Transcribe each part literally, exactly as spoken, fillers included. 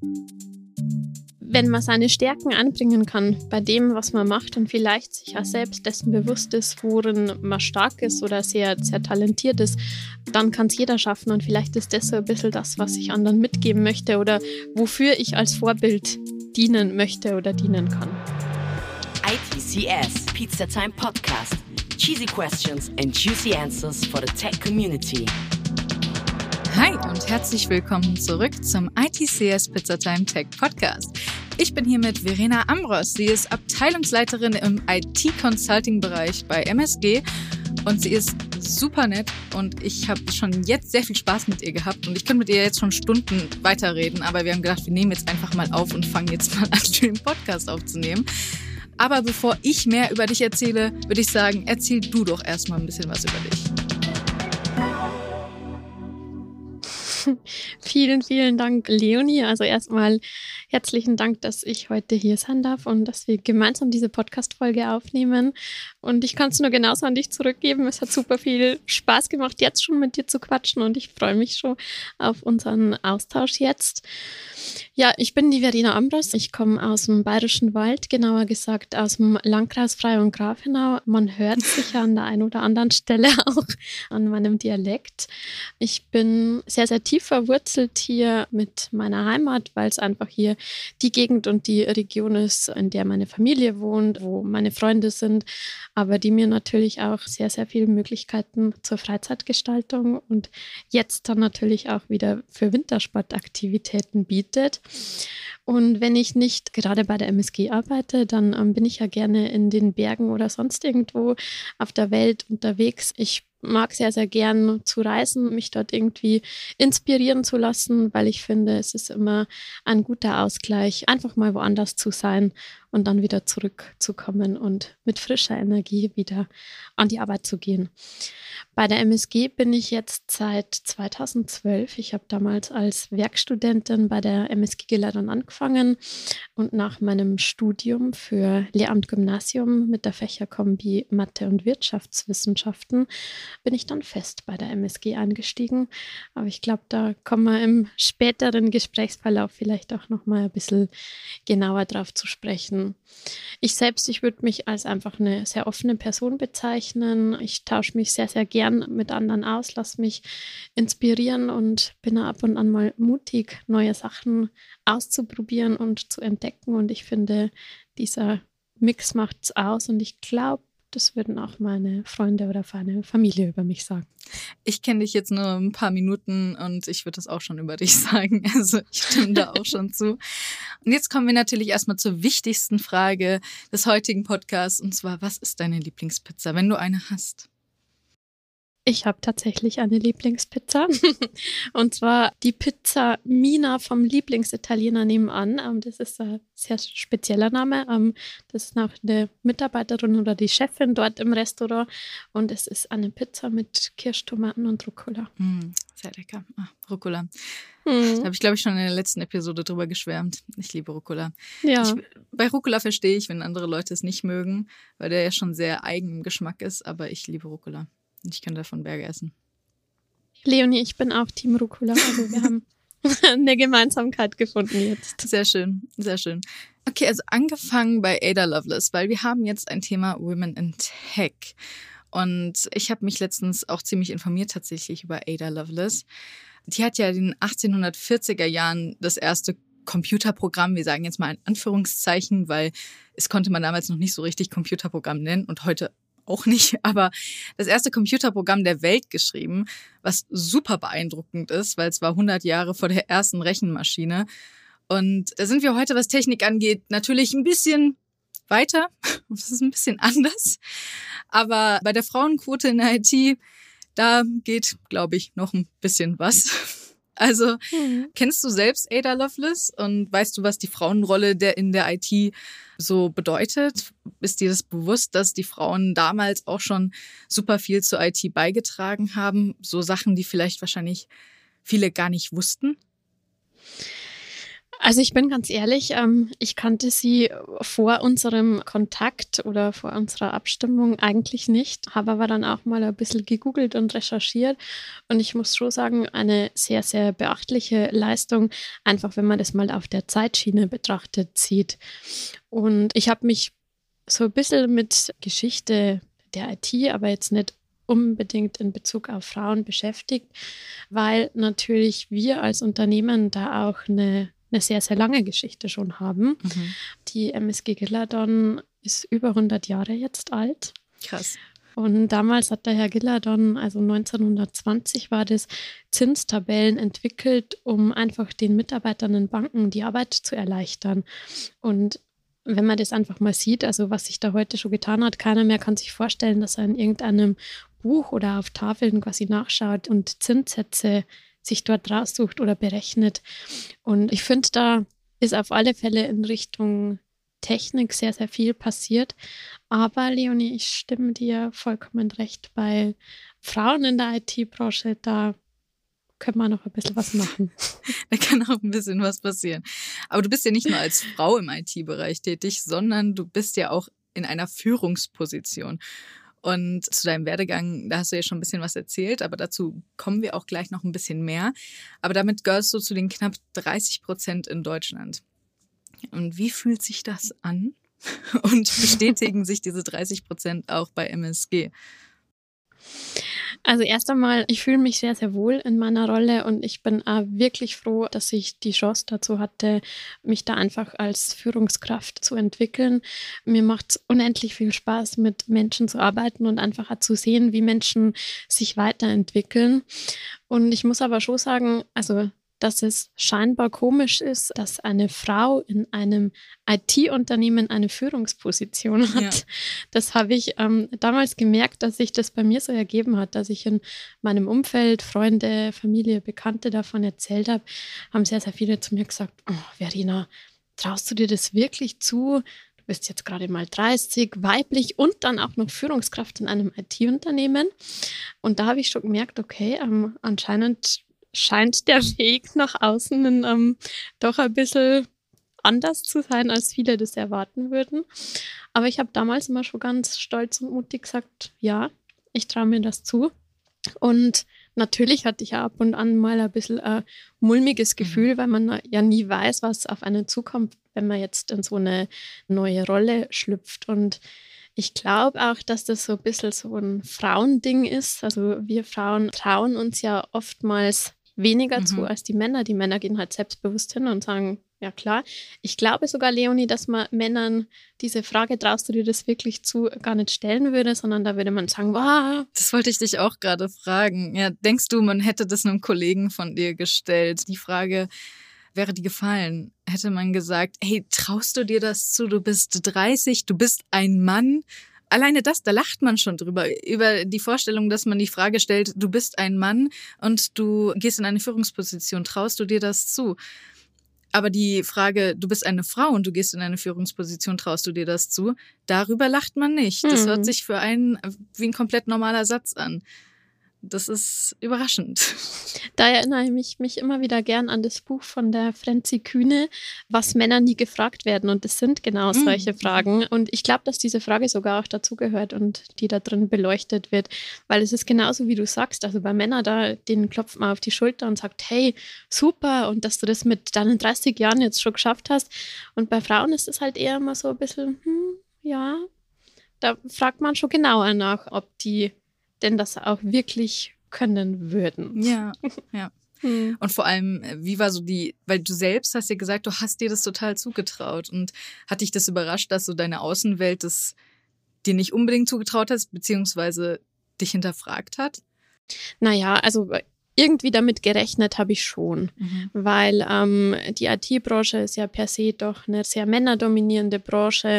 Wenn man seine Stärken anbringen kann bei dem, was man macht und vielleicht sich auch selbst dessen bewusst ist, worin man stark ist oder sehr, sehr talentiert ist, dann kann es jeder schaffen. Und vielleicht ist das so ein bisschen das, was ich anderen mitgeben möchte oder wofür ich als Vorbild dienen möchte oder dienen kann. I T C S Pizza Time Podcast. Cheesy questions and juicy answers for the tech community. Hi und herzlich willkommen zurück zum I T C S Pizza Time Tech Podcast. Ich bin hier mit Verena Ambros. Sie ist Abteilungsleiterin im I T-Consulting-Bereich bei M S G und sie ist super nett und ich habe schon jetzt sehr viel Spaß mit ihr gehabt und ich könnte mit ihr jetzt schon Stunden weiterreden, aber wir haben gedacht, wir nehmen jetzt einfach mal auf und fangen jetzt mal an, den Podcast aufzunehmen. Aber bevor ich mehr über dich erzähle, würde ich sagen, erzähl du doch erstmal ein bisschen was über dich. Vielen, vielen Dank, Leonie. Also erstmal herzlichen Dank, dass ich heute hier sein darf und dass wir gemeinsam diese Podcast-Folge aufnehmen. Und ich kann es nur genauso an dich zurückgeben. Es hat super viel Spaß gemacht, jetzt schon mit dir zu quatschen und ich freue mich schon auf unseren Austausch jetzt. Ja, ich bin die Verena Ambros. Ich komme aus dem Bayerischen Wald, genauer gesagt aus dem Landkreis Freie und Grafenau. Man hört sicher an der einen oder anderen Stelle auch an meinem Dialekt. Ich bin sehr, sehr tief verwurzelt hier mit meiner Heimat, weil es einfach hier die Gegend und die Region ist, in der meine Familie wohnt, wo meine Freunde sind, aber die mir natürlich auch sehr, sehr viele Möglichkeiten zur Freizeitgestaltung und jetzt dann natürlich auch wieder für Wintersportaktivitäten bietet. Und wenn ich nicht gerade bei der M S G arbeite, dann ähm, bin ich ja gerne in den Bergen oder sonst irgendwo auf der Welt unterwegs. Ich mag sehr, sehr gern zu reisen, mich dort irgendwie inspirieren zu lassen, weil ich finde, es ist immer ein guter Ausgleich, einfach mal woanders zu sein und dann wieder zurückzukommen und mit frischer Energie wieder an die Arbeit zu gehen. Bei der M S G bin ich jetzt seit zweitausendzwölf. Ich habe damals als Werkstudentin bei der M S G-Gelehrung angefangen und nach meinem Studium für Lehramt Gymnasium mit der Fächerkombi Mathe und Wirtschaftswissenschaften bin ich dann fest bei der M S G eingestiegen. Aber ich glaube, da kommen wir im späteren Gesprächsverlauf vielleicht auch noch mal ein bisschen genauer drauf zu sprechen. Ich selbst, ich würde mich als einfach eine sehr offene Person bezeichnen. Ich tausche mich sehr, sehr gern mit anderen aus, lasse mich inspirieren und bin ab und an mal mutig, neue Sachen auszuprobieren und zu entdecken. Und ich finde, dieser Mix macht es aus und ich glaube, das würden auch meine Freunde oder meine Familie über mich sagen. Ich kenne dich jetzt nur ein paar Minuten und ich würde das auch schon über dich sagen. Also ich stimme da auch schon zu. Und jetzt kommen wir natürlich erstmal zur wichtigsten Frage des heutigen Podcasts. Und zwar, was ist deine Lieblingspizza, wenn du eine hast? Ich habe tatsächlich eine Lieblingspizza und zwar die Pizza Mina vom Lieblingsitaliener nebenan. Das ist ein sehr spezieller Name. Das ist auch eine Mitarbeiterin oder die Chefin dort im Restaurant und es ist eine Pizza mit Kirschtomaten und Rucola. Mm, sehr lecker. Ah, Rucola. Mm. Da habe ich, glaube ich, schon in der letzten Episode drüber geschwärmt. Ich liebe Rucola. Ja. Ich, bei Rucola verstehe ich, wenn andere Leute es nicht mögen, weil der ja schon sehr eigen im Geschmack ist, aber ich liebe Rucola. Ich kann davon Berge essen. Leonie, ich bin auch Team Rucola. Also wir haben eine Gemeinsamkeit gefunden jetzt. Sehr schön, sehr schön. Okay, also angefangen bei Ada Lovelace, weil wir haben jetzt ein Thema Women in Tech. Und ich habe mich letztens auch ziemlich informiert tatsächlich über Ada Lovelace. Die hat ja in den achtzehnhundertvierziger Jahren das erste Computerprogramm, wir sagen jetzt mal in Anführungszeichen, weil es konnte man damals noch nicht so richtig Computerprogramm nennen und heute auch nicht, aber das erste Computerprogramm der Welt geschrieben, was super beeindruckend ist, weil es war hundert Jahre vor der ersten Rechenmaschine. Und da sind wir heute, was Technik angeht, natürlich ein bisschen weiter. Das ist ein bisschen anders. Aber bei der Frauenquote in der I T, da geht, glaube ich, noch ein bisschen was. Also, mhm. Kennst du selbst Ada Lovelace und weißt du, was die Frauenrolle der in der I T so bedeutet? Ist dir das bewusst, dass die Frauen damals auch schon super viel zur I T beigetragen haben? So Sachen, die vielleicht wahrscheinlich viele gar nicht wussten? Also ich bin ganz ehrlich, ähm, ich kannte sie vor unserem Kontakt oder vor unserer Abstimmung eigentlich nicht, habe aber dann auch mal ein bisschen gegoogelt und recherchiert und ich muss schon sagen, eine sehr, sehr beachtliche Leistung, einfach wenn man das mal auf der Zeitschiene betrachtet sieht. Und ich habe mich so ein bisschen mit Geschichte der I T, aber jetzt nicht unbedingt in Bezug auf Frauen beschäftigt, weil natürlich wir als Unternehmen da auch eine eine sehr, sehr lange Geschichte schon haben. Mhm. Die M S G Gilladon ist über hundert Jahre jetzt alt. Krass. Und damals hat der Herr Gilladon, also neunzehnhundertzwanzig war das, Zinstabellen entwickelt, um einfach den Mitarbeitern in Banken die Arbeit zu erleichtern. Und wenn man das einfach mal sieht, also was sich da heute schon getan hat, keiner mehr kann sich vorstellen, dass er in irgendeinem Buch oder auf Tafeln quasi nachschaut und Zinssätze sich dort raussucht oder berechnet. Und ich finde, da ist auf alle Fälle in Richtung Technik sehr, sehr viel passiert. Aber Leonie, ich stimme dir vollkommen recht. Bei Frauen in der I T-Branche, da können wir noch ein bisschen was machen. Da kann auch ein bisschen was passieren. Aber du bist ja nicht nur als Frau im I T-Bereich tätig, sondern du bist ja auch in einer Führungsposition. Und zu deinem Werdegang, da hast du ja schon ein bisschen was erzählt, aber dazu kommen wir auch gleich noch ein bisschen mehr. Aber damit gehörst du zu den knapp dreißig Prozent in Deutschland. Und wie fühlt sich das an? Und bestätigen sich diese dreißig Prozent auch bei M S G? Also erst einmal, ich fühle mich sehr, sehr wohl in meiner Rolle und ich bin auch wirklich froh, dass ich die Chance dazu hatte, mich da einfach als Führungskraft zu entwickeln. Mir macht es unendlich viel Spaß, mit Menschen zu arbeiten und einfach auch zu sehen, wie Menschen sich weiterentwickeln. Und ich muss aber schon sagen, also dass es scheinbar komisch ist, dass eine Frau in einem I T-Unternehmen eine Führungsposition hat. Ja. Das habe ich ähm, damals gemerkt, dass sich das bei mir so ergeben hat, dass ich in meinem Umfeld, Freunde, Familie, Bekannte davon erzählt habe, haben sehr, sehr viele zu mir gesagt, oh, Verena, traust du dir das wirklich zu? Du bist jetzt gerade mal dreißig, weiblich und dann auch noch Führungskraft in einem I T-Unternehmen. Und da habe ich schon gemerkt, okay, ähm, anscheinend scheint der Weg nach außen ähm, doch ein bisschen anders zu sein, als viele das erwarten würden. Aber ich habe damals immer schon ganz stolz und mutig gesagt, ja, ich traue mir das zu. Und natürlich hatte ich ja ab und an mal ein bisschen ein mulmiges Gefühl, weil man ja nie weiß, was auf einen zukommt, wenn man jetzt in so eine neue Rolle schlüpft. Und ich glaube auch, dass das so ein bisschen so ein Frauending ist. Also wir Frauen trauen uns ja oftmals weniger mhm. zu als die Männer. Die Männer gehen halt selbstbewusst hin und sagen, ja klar. Ich glaube sogar, Leonie, dass man Männern diese Frage, traust du dir das wirklich zu, gar nicht stellen würde, sondern da würde man sagen, wow. Das wollte ich dich auch gerade fragen. Ja, denkst du, man hätte das einem Kollegen von dir gestellt? Die Frage, wäre die gefallen? Hätte man gesagt, hey, traust du dir das zu? Du bist dreißig, du bist ein Mann. Alleine das, da lacht man schon drüber, über die Vorstellung, dass man die Frage stellt, du bist ein Mann und du gehst in eine Führungsposition, traust du dir das zu? Aber die Frage, du bist eine Frau und du gehst in eine Führungsposition, traust du dir das zu? Darüber lacht man nicht. Das hm. hört sich für einen wie ein komplett normaler Satz an. Das ist überraschend. Da erinnere ich mich, mich immer wieder gern an das Buch von der Frenzi Kühne, was Männer nie gefragt werden. Und das sind genau solche mm. Fragen. Und ich glaube, dass diese Frage sogar auch dazugehört und die da drin beleuchtet wird. Weil es ist genauso, wie du sagst. Also bei Männern, da, denen klopft man auf die Schulter und sagt, hey, super. Und dass du das mit deinen dreißig Jahren jetzt schon geschafft hast. Und bei Frauen ist es halt eher immer so ein bisschen, hm, ja, da fragt man schon genauer nach, ob die denn das auch wirklich können würden. Ja, ja. Hm. Und vor allem, wie war so die, weil du selbst hast ja gesagt, du hast dir das total zugetraut und hat dich das überrascht, dass so deine Außenwelt das dir nicht unbedingt zugetraut hat, beziehungsweise dich hinterfragt hat? Naja, also irgendwie damit gerechnet habe ich schon, mhm. weil ähm, die I T-Branche ist ja per se doch eine sehr männerdominierende Branche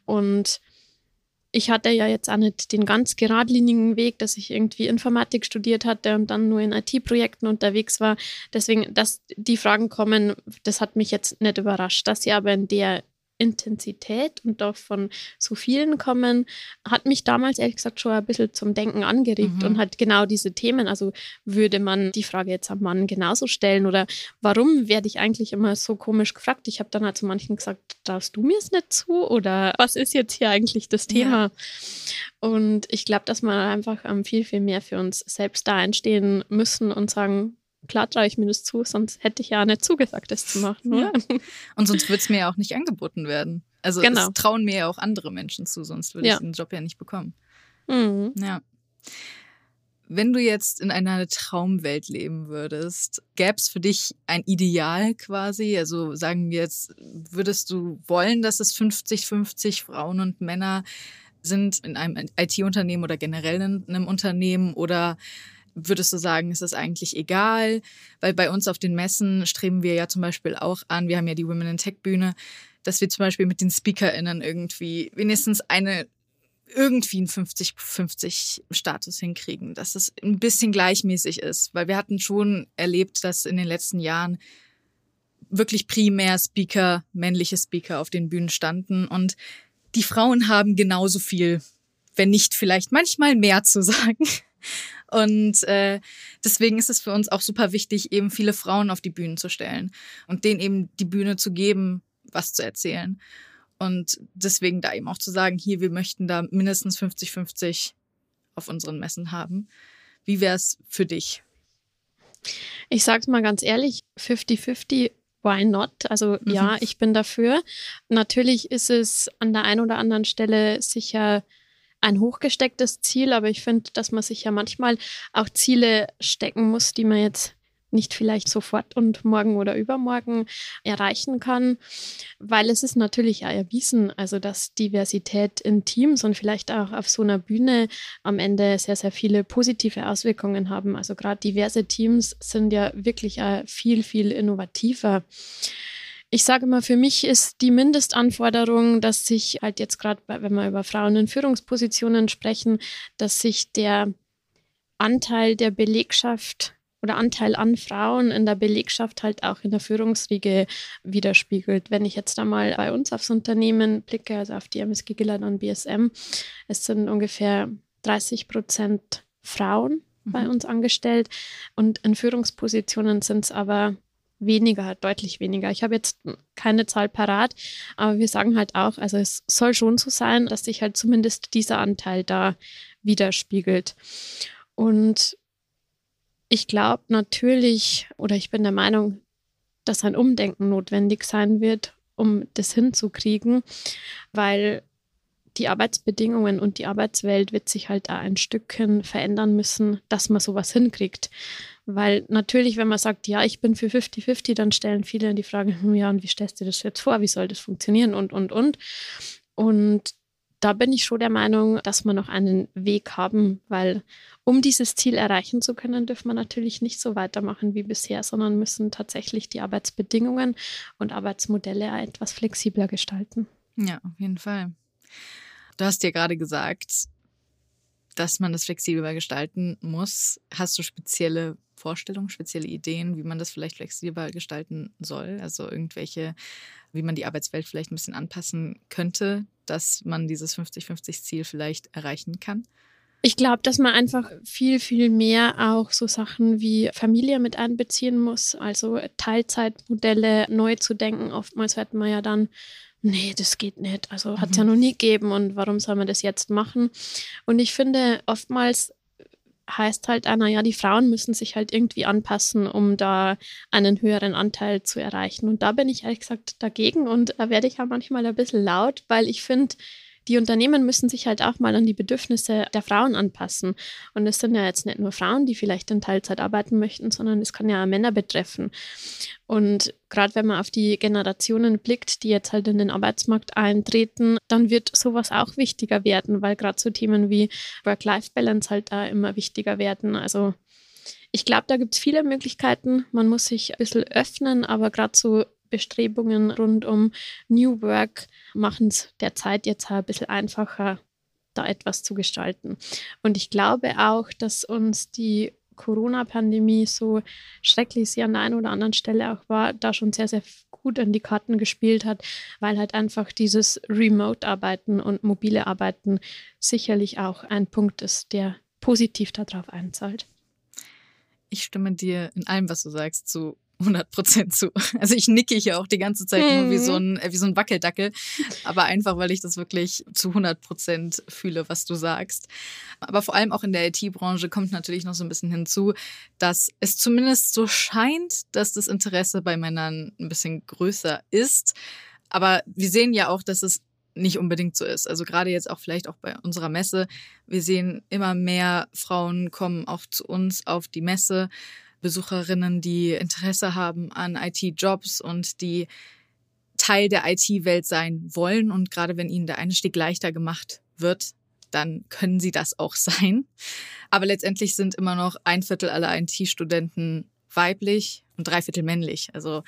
und ich hatte ja jetzt auch nicht den ganz geradlinigen Weg, dass ich irgendwie Informatik studiert hatte und dann nur in I T-Projekten unterwegs war. Deswegen, dass die Fragen kommen, das hat mich jetzt nicht überrascht. Dass sie aber in der Intensität und doch von so vielen kommen, hat mich damals ehrlich gesagt schon ein bisschen zum Denken angeregt mhm. und hat genau diese Themen, also würde man die Frage jetzt am Mann genauso stellen oder warum werde ich eigentlich immer so komisch gefragt? Ich habe dann halt zu manchen gesagt, traust du mir es nicht zu oder was ist jetzt hier eigentlich das Thema? Ja. Und ich glaube, dass wir einfach um, viel, viel mehr für uns selbst da einstehen müssen und sagen, klar traue ich mir das zu, sonst hätte ich ja nicht zugesagt, das zu machen. Oder? Ja. Und sonst würde es mir ja auch nicht angeboten werden. Also genau. Es trauen mir ja auch andere Menschen zu, sonst würde ja. ich den Job ja nicht bekommen. Mhm. Ja. Wenn du jetzt in einer Traumwelt leben würdest, gäbe es für dich ein Ideal quasi? Also sagen wir jetzt, würdest du wollen, dass es fünfzig fünfzig Frauen und Männer sind in einem I T-Unternehmen oder generell in einem Unternehmen oder würdest du sagen, ist das eigentlich egal? Weil bei uns auf den Messen streben wir ja zum Beispiel auch an, wir haben ja die Women in Tech Bühne, dass wir zum Beispiel mit den SpeakerInnen irgendwie wenigstens eine, irgendwie einen fünfzig fünfzig Status hinkriegen, dass es ein bisschen gleichmäßig ist. Weil wir hatten schon erlebt, dass in den letzten Jahren wirklich primär Speaker, männliche Speaker auf den Bühnen standen und die Frauen haben genauso viel, wenn nicht vielleicht manchmal mehr zu sagen. Und äh, deswegen ist es für uns auch super wichtig, eben viele Frauen auf die Bühnen zu stellen und denen eben die Bühne zu geben, was zu erzählen. Und deswegen da eben auch zu sagen, hier, wir möchten da mindestens fünfzig fünfzig auf unseren Messen haben. Wie wäre es für dich? Ich sage es mal ganz ehrlich, fünfzig fünfzig, why not? Also mhm. ja, ich bin dafür. Natürlich ist es an der einen oder anderen Stelle sicher ein hochgestecktes Ziel, aber ich finde, dass man sich ja manchmal auch Ziele stecken muss, die man jetzt nicht vielleicht sofort und morgen oder übermorgen erreichen kann, weil es ist natürlich auch erwiesen, also dass Diversität in Teams und vielleicht auch auf so einer Bühne am Ende sehr, sehr viele positive Auswirkungen haben. Also gerade diverse Teams sind ja wirklich auch viel, viel innovativer. Ich sage immer, für mich ist die Mindestanforderung, dass sich halt jetzt gerade, wenn wir über Frauen in Führungspositionen sprechen, dass sich der Anteil der Belegschaft oder Anteil an Frauen in der Belegschaft halt auch in der Führungsriege widerspiegelt. Wenn ich jetzt einmal bei uns aufs Unternehmen blicke, also auf die M S G Gillard und B S M, es sind ungefähr dreißig Prozent Frauen mhm. bei uns angestellt und in Führungspositionen sind es aber weniger, deutlich weniger. Ich habe jetzt keine Zahl parat, aber wir sagen halt auch, also es soll schon so sein, dass sich halt zumindest dieser Anteil da widerspiegelt. Und ich glaube natürlich, oder ich bin der Meinung, dass ein Umdenken notwendig sein wird, um das hinzukriegen, weil die Arbeitsbedingungen und die Arbeitswelt wird sich halt auch ein Stückchen verändern müssen, dass man sowas hinkriegt. Weil natürlich, wenn man sagt, ja, ich bin für fünfzig fünfzig, dann stellen viele die Frage, ja, und wie stellst du das jetzt vor? Wie soll das funktionieren? Und, und, und. Und da bin ich schon der Meinung, dass wir noch einen Weg haben, weil um dieses Ziel erreichen zu können, dürfen wir natürlich nicht so weitermachen wie bisher, sondern müssen tatsächlich die Arbeitsbedingungen und Arbeitsmodelle etwas flexibler gestalten. Ja, auf jeden Fall. Du hast ja gerade gesagt, dass man das flexibler gestalten muss. Hast du spezielle Vorstellungen, spezielle Ideen, wie man das vielleicht flexibler gestalten soll? Also irgendwelche, wie man die Arbeitswelt vielleicht ein bisschen anpassen könnte, dass man dieses fünfzig fünfzig Ziel vielleicht erreichen kann? Ich glaube, dass man einfach viel, viel mehr auch so Sachen wie Familie mit einbeziehen muss, also Teilzeitmodelle neu zu denken. Oftmals hört man ja dann, nee, das geht nicht, also hat es mhm. ja noch nie gegeben und warum soll man das jetzt machen? Und ich finde, oftmals heißt halt einer, ja, die Frauen müssen sich halt irgendwie anpassen, um da einen höheren Anteil zu erreichen. Und da bin ich ehrlich gesagt dagegen und da werde ich auch manchmal ein bisschen laut, weil ich finde, die Unternehmen müssen sich halt auch mal an die Bedürfnisse der Frauen anpassen. Und es sind ja jetzt nicht nur Frauen, die vielleicht in Teilzeit arbeiten möchten, sondern es kann ja auch Männer betreffen. Und gerade wenn man auf die Generationen blickt, die jetzt halt in den Arbeitsmarkt eintreten, dann wird sowas auch wichtiger werden, weil gerade so Themen wie Work-Life-Balance halt da immer wichtiger werden. Also ich glaube, da gibt es viele Möglichkeiten. Man muss sich ein bisschen öffnen, aber gerade so Bestrebungen rund um New Work machen es derzeit jetzt ein bisschen einfacher, da etwas zu gestalten. Und ich glaube auch, dass uns die Corona-Pandemie, so schrecklich sie an der einen oder anderen Stelle auch war, da schon sehr, sehr gut in die Karten gespielt hat, weil halt einfach dieses Remote-Arbeiten und mobile Arbeiten sicherlich auch ein Punkt ist, der positiv darauf einzahlt. Ich stimme dir in allem, was du sagst, zu hundert Prozent zu. Also ich nicke hier auch die ganze Zeit mhm. nur wie so ein, wie so ein Wackeldackel, aber einfach, weil ich das wirklich zu hundert Prozent fühle, was du sagst. Aber vor allem auch in der I T-Branche kommt natürlich noch so ein bisschen hinzu, dass es zumindest so scheint, dass das Interesse bei Männern ein bisschen größer ist. Aber wir sehen ja auch, dass es nicht unbedingt so ist. Also gerade jetzt auch vielleicht auch bei unserer Messe. Wir sehen immer mehr Frauen kommen auch zu uns auf die Messe, Besucherinnen, die Interesse haben an I T-Jobs und die Teil der I T-Welt sein wollen. Und gerade wenn ihnen der Einstieg leichter gemacht wird, dann können sie das auch sein. Aber letztendlich sind immer noch ein Viertel aller I T-Studenten weiblich und drei Viertel männlich. Also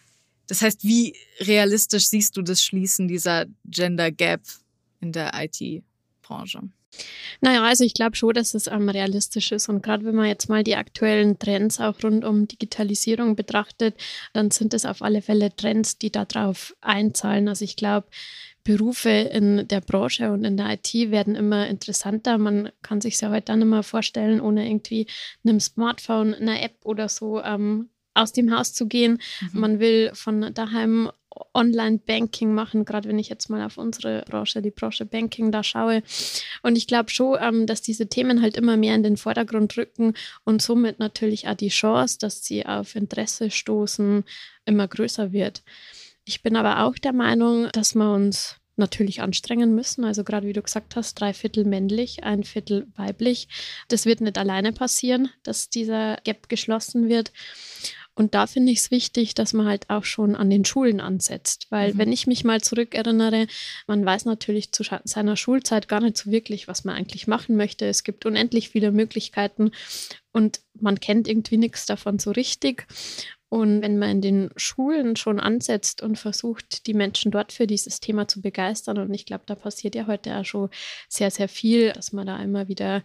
das heißt, wie realistisch siehst du das Schließen dieser Gender Gap in der I T-Branche? Naja, also ich glaube schon, dass es ähm, realistisch ist. Und gerade wenn man jetzt mal die aktuellen Trends auch rund um Digitalisierung betrachtet, dann sind es auf alle Fälle Trends, die darauf einzahlen. Also ich glaube, Berufe in der Branche und in der I T werden immer interessanter. Man kann sich ja heute dann immer vorstellen, ohne irgendwie einem Smartphone, einer App oder so ähm, aus dem Haus zu gehen. Mhm. Man will von daheim Online-Banking machen, gerade wenn ich jetzt mal auf unsere Branche, die Branche Banking da schaue. Und ich glaube schon, ähm, dass diese Themen halt immer mehr in den Vordergrund rücken und somit natürlich auch die Chance, dass sie auf Interesse stoßen, immer größer wird. Ich bin aber auch der Meinung, dass wir uns natürlich anstrengen müssen. Also gerade wie du gesagt hast, drei Viertel männlich, ein Viertel weiblich. Das wird nicht alleine passieren, dass dieser Gap geschlossen wird. Und da finde ich es wichtig, dass man halt auch schon an den Schulen ansetzt. Weil mhm. wenn ich mich mal zurückerinnere, man weiß natürlich zu seiner Schulzeit gar nicht so wirklich, was man eigentlich machen möchte. Es gibt unendlich viele Möglichkeiten und man kennt irgendwie nichts davon so richtig. Und wenn man in den Schulen schon ansetzt und versucht, die Menschen dort für dieses Thema zu begeistern, und ich glaube, da passiert ja heute auch schon sehr, sehr viel, dass man da immer wieder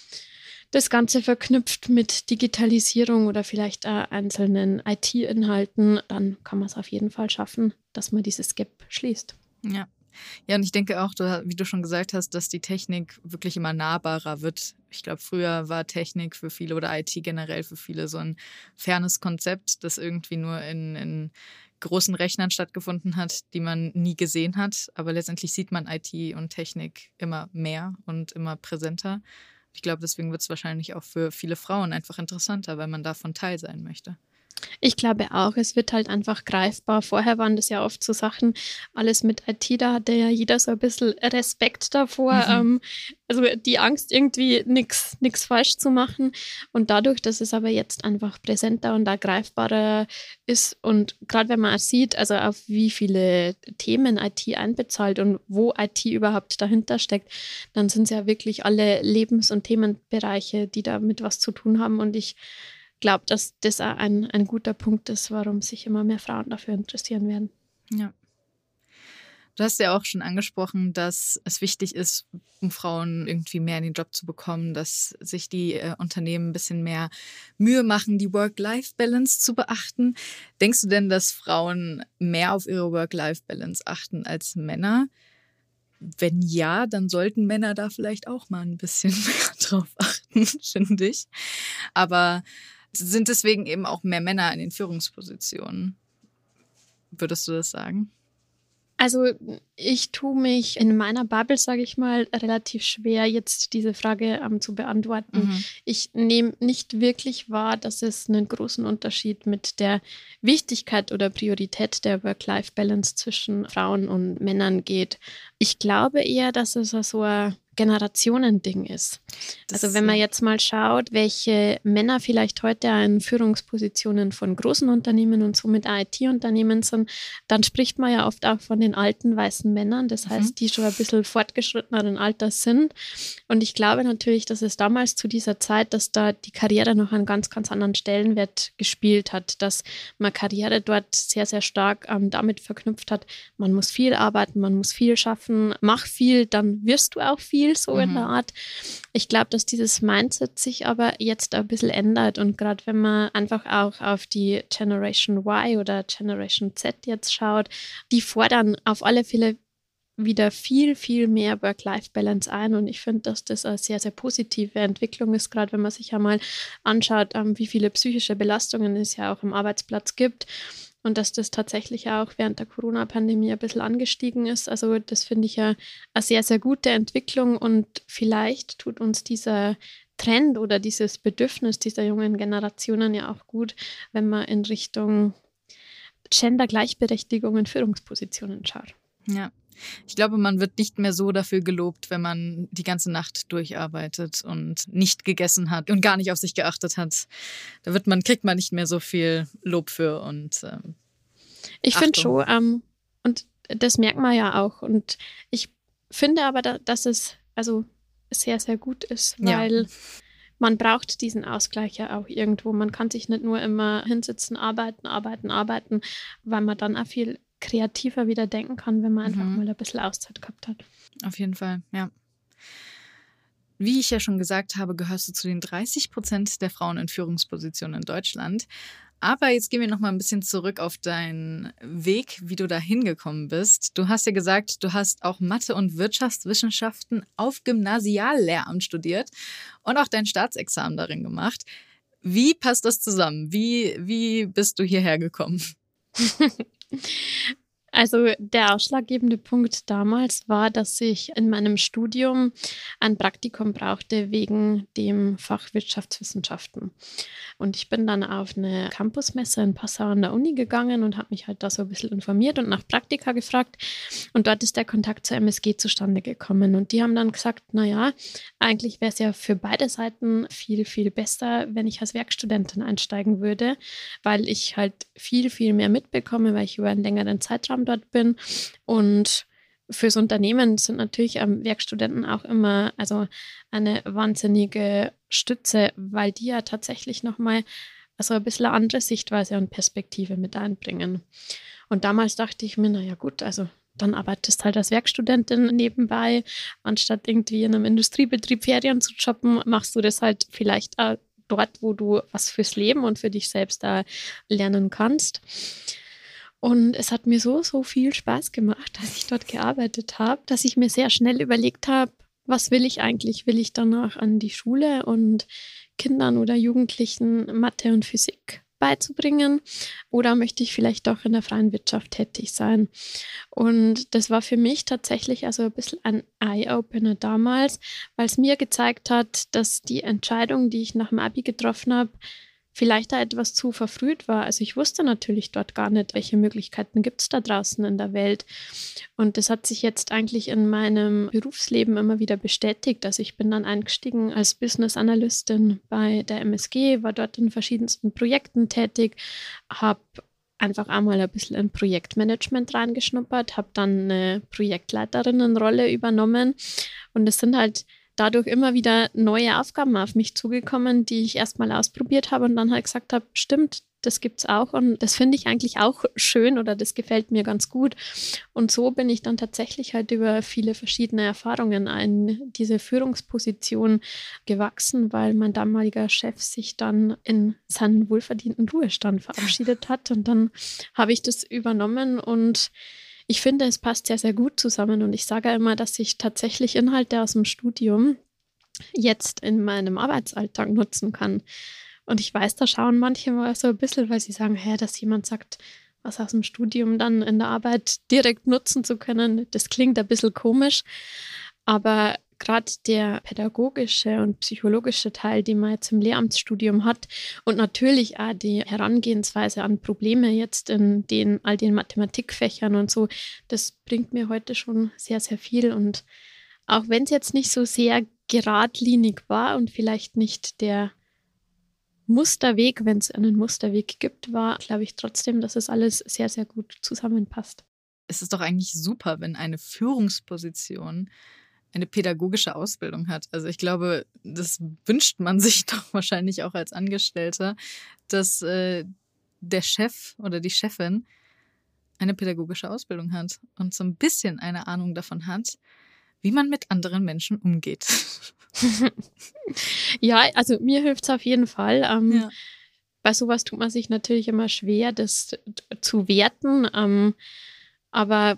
das Ganze verknüpft mit Digitalisierung oder vielleicht auch einzelnen I T-Inhalten, dann kann man es auf jeden Fall schaffen, dass man dieses Gap schließt. Ja. Ja, und ich denke auch, wie du schon gesagt hast, dass die Technik wirklich immer nahbarer wird. Ich glaube, früher war Technik für viele oder I T generell für viele so ein fernes Konzept, das irgendwie nur in, in großen Rechnern stattgefunden hat, die man nie gesehen hat. Aber letztendlich sieht man I T und Technik immer mehr und immer präsenter. Ich glaube, deswegen wird es wahrscheinlich auch für viele Frauen einfach interessanter, weil man davon Teil sein möchte. Ich glaube auch, es wird halt einfach greifbar. Vorher waren das ja oft so Sachen, alles mit I T, da hatte ja jeder so ein bisschen Respekt davor. Mhm. Ähm, also die Angst, irgendwie nichts nichts falsch zu machen. Und dadurch, dass es aber jetzt einfach präsenter und da greifbarer ist und gerade wenn man auch sieht, also auf wie viele Themen I T einbezahlt und wo I T überhaupt dahinter steckt, dann sind es ja wirklich alle Lebens- und Themenbereiche, die damit was zu tun haben. Und ich glaube, dass das auch ein, ein guter Punkt ist, warum sich immer mehr Frauen dafür interessieren werden. Ja. Du hast ja auch schon angesprochen, dass es wichtig ist, um Frauen irgendwie mehr in den Job zu bekommen, dass sich die äh, Unternehmen ein bisschen mehr Mühe machen, die Work-Life-Balance zu beachten. Denkst du denn, dass Frauen mehr auf ihre Work-Life-Balance achten als Männer? Wenn ja, dann sollten Männer da vielleicht auch mal ein bisschen mehr drauf achten, finde ich. Aber sind deswegen eben auch mehr Männer in den Führungspositionen? Würdest du das sagen? Also ich tue mich in meiner Bubble, sage ich mal, relativ schwer, jetzt diese Frage ähm, zu beantworten. Mhm. Ich nehme nicht wirklich wahr, dass es einen großen Unterschied mit der Wichtigkeit oder Priorität der Work-Life-Balance zwischen Frauen und Männern geht. Ich glaube eher, dass es so ein Generationending ist. Das also wenn man jetzt mal schaut, welche Männer vielleicht heute in Führungspositionen von großen Unternehmen und somit I T-Unternehmen sind, dann spricht man ja oft auch von den alten weißen Männern, das heißt, mhm. die schon ein bisschen fortgeschritteneren Alters sind. Und ich glaube natürlich, dass es damals zu dieser Zeit, dass da die Karriere noch einen ganz, ganz anderen Stellenwert gespielt hat, dass man Karriere dort sehr, sehr stark ähm, damit verknüpft hat, man muss viel arbeiten, man muss viel schaffen, Tropfen, mach viel, dann wirst du auch viel, so mhm. in der Art. Ich glaube, dass dieses Mindset sich aber jetzt ein bisschen ändert und gerade wenn man einfach auch auf die Generation Y oder Generation Z jetzt schaut, die fordern auf alle Fälle wieder viel, viel mehr Work-Life-Balance ein und ich finde, dass das eine sehr, sehr positive Entwicklung ist, gerade wenn man sich ja mal anschaut, wie viele psychische Belastungen es ja auch am Arbeitsplatz gibt und dass das tatsächlich auch während der Corona-Pandemie ein bisschen angestiegen ist. Also das finde ich ja eine sehr, sehr gute Entwicklung und vielleicht tut uns dieser Trend oder dieses Bedürfnis dieser jungen Generationen ja auch gut, wenn man in Richtung Gender-Gleichberechtigung in Führungspositionen schaut. Ja. Ich glaube, man wird nicht mehr so dafür gelobt, wenn man die ganze Nacht durcharbeitet und nicht gegessen hat und gar nicht auf sich geachtet hat. Da wird man, kriegt man nicht mehr so viel Lob für und ähm, ich finde schon, ähm, und das merkt man ja auch. Und ich finde aber, da, dass es also sehr, sehr gut ist, weil ja. man braucht diesen Ausgleich ja auch irgendwo. Man kann sich nicht nur immer hinsitzen, arbeiten, arbeiten, arbeiten, weil man dann auch viel kreativer wieder denken kann, wenn man einfach mhm. mal ein bisschen Auszeit gehabt hat. Auf jeden Fall, ja. Wie ich ja schon gesagt habe, gehörst du zu den dreißig Prozent der Frauen in Führungspositionen in Deutschland. Aber jetzt gehen wir noch mal ein bisschen zurück auf deinen Weg, wie du da hingekommen bist. Du hast ja gesagt, du hast auch Mathe- und Wirtschaftswissenschaften auf Gymnasiallehramt studiert und auch dein Staatsexamen darin gemacht. Wie passt das zusammen? Wie, wie bist du hierher gekommen? Also der ausschlaggebende Punkt damals war, dass ich in meinem Studium ein Praktikum brauchte wegen dem Fach Wirtschaftswissenschaften. Und ich bin dann auf eine Campusmesse in Passau an der Uni gegangen und habe mich halt da so ein bisschen informiert und nach Praktika gefragt. Und dort ist der Kontakt zur M S G zustande gekommen. Und die haben dann gesagt, naja, eigentlich wäre es ja für beide Seiten viel, viel besser, wenn ich als Werkstudentin einsteigen würde, weil ich halt viel, viel mehr mitbekomme, weil ich über einen längeren Zeitraum dort bin. Und fürs Unternehmen sind natürlich ähm, Werkstudenten auch immer also eine wahnsinnige Stütze, weil die ja tatsächlich nochmal also ein bisschen eine andere Sichtweise und Perspektive mit einbringen. Und damals dachte ich mir, naja gut, also dann arbeitest halt als Werkstudentin nebenbei, anstatt irgendwie in einem Industriebetrieb Ferien zu jobben, machst du das halt vielleicht auch dort, wo du was fürs Leben und für dich selbst da lernen kannst. Und es hat mir so, so viel Spaß gemacht, als ich dort gearbeitet habe, dass ich mir sehr schnell überlegt habe, was will ich eigentlich? Will ich danach an die Schule und Kindern oder Jugendlichen Mathe und Physik beizubringen oder möchte ich vielleicht doch in der freien Wirtschaft tätig sein? Und das war für mich tatsächlich also ein bisschen ein Eye-Opener damals, weil es mir gezeigt hat, dass die Entscheidung, die ich nach dem Abi getroffen habe, vielleicht da etwas zu verfrüht war. Also ich wusste natürlich dort gar nicht, welche Möglichkeiten gibt es da draußen in der Welt. Und das hat sich jetzt eigentlich in meinem Berufsleben immer wieder bestätigt. Also ich bin dann eingestiegen als Business Analystin bei der M S G, war dort in verschiedensten Projekten tätig, habe einfach einmal ein bisschen in Projektmanagement reingeschnuppert, habe dann eine Projektleiterinnenrolle übernommen. Und es sind halt dadurch immer wieder neue Aufgaben auf mich zugekommen, die ich erstmal ausprobiert habe und dann halt gesagt habe, stimmt, das gibt's auch und das finde ich eigentlich auch schön oder das gefällt mir ganz gut. Und so bin ich dann tatsächlich halt über viele verschiedene Erfahrungen in diese Führungsposition gewachsen, weil mein damaliger Chef sich dann in seinen wohlverdienten Ruhestand verabschiedet hat und dann habe ich das übernommen und ich finde, es passt sehr, sehr gut zusammen und ich sage immer, dass ich tatsächlich Inhalte aus dem Studium jetzt in meinem Arbeitsalltag nutzen kann. Und ich weiß, da schauen manche mal so ein bisschen, weil sie sagen, hä, dass jemand sagt, was aus dem Studium dann in der Arbeit direkt nutzen zu können, das klingt ein bisschen komisch, aber gerade der pädagogische und psychologische Teil, den man jetzt im Lehramtsstudium hat und natürlich auch die Herangehensweise an Probleme jetzt in den all den Mathematikfächern und so, das bringt mir heute schon sehr, sehr viel und auch wenn es jetzt nicht so sehr geradlinig war und vielleicht nicht der Musterweg, wenn es einen Musterweg gibt, war, glaube ich trotzdem, dass es alles sehr, sehr gut zusammenpasst. Es ist doch eigentlich super, wenn eine Führungsposition eine pädagogische Ausbildung hat. Also ich glaube, das wünscht man sich doch wahrscheinlich auch als Angestellter, dass äh, der Chef oder die Chefin eine pädagogische Ausbildung hat und so ein bisschen eine Ahnung davon hat, wie man mit anderen Menschen umgeht. Ja, also mir hilft es auf jeden Fall. Ähm, Ja. Bei sowas tut man sich natürlich immer schwer, das zu werten. Ähm, aber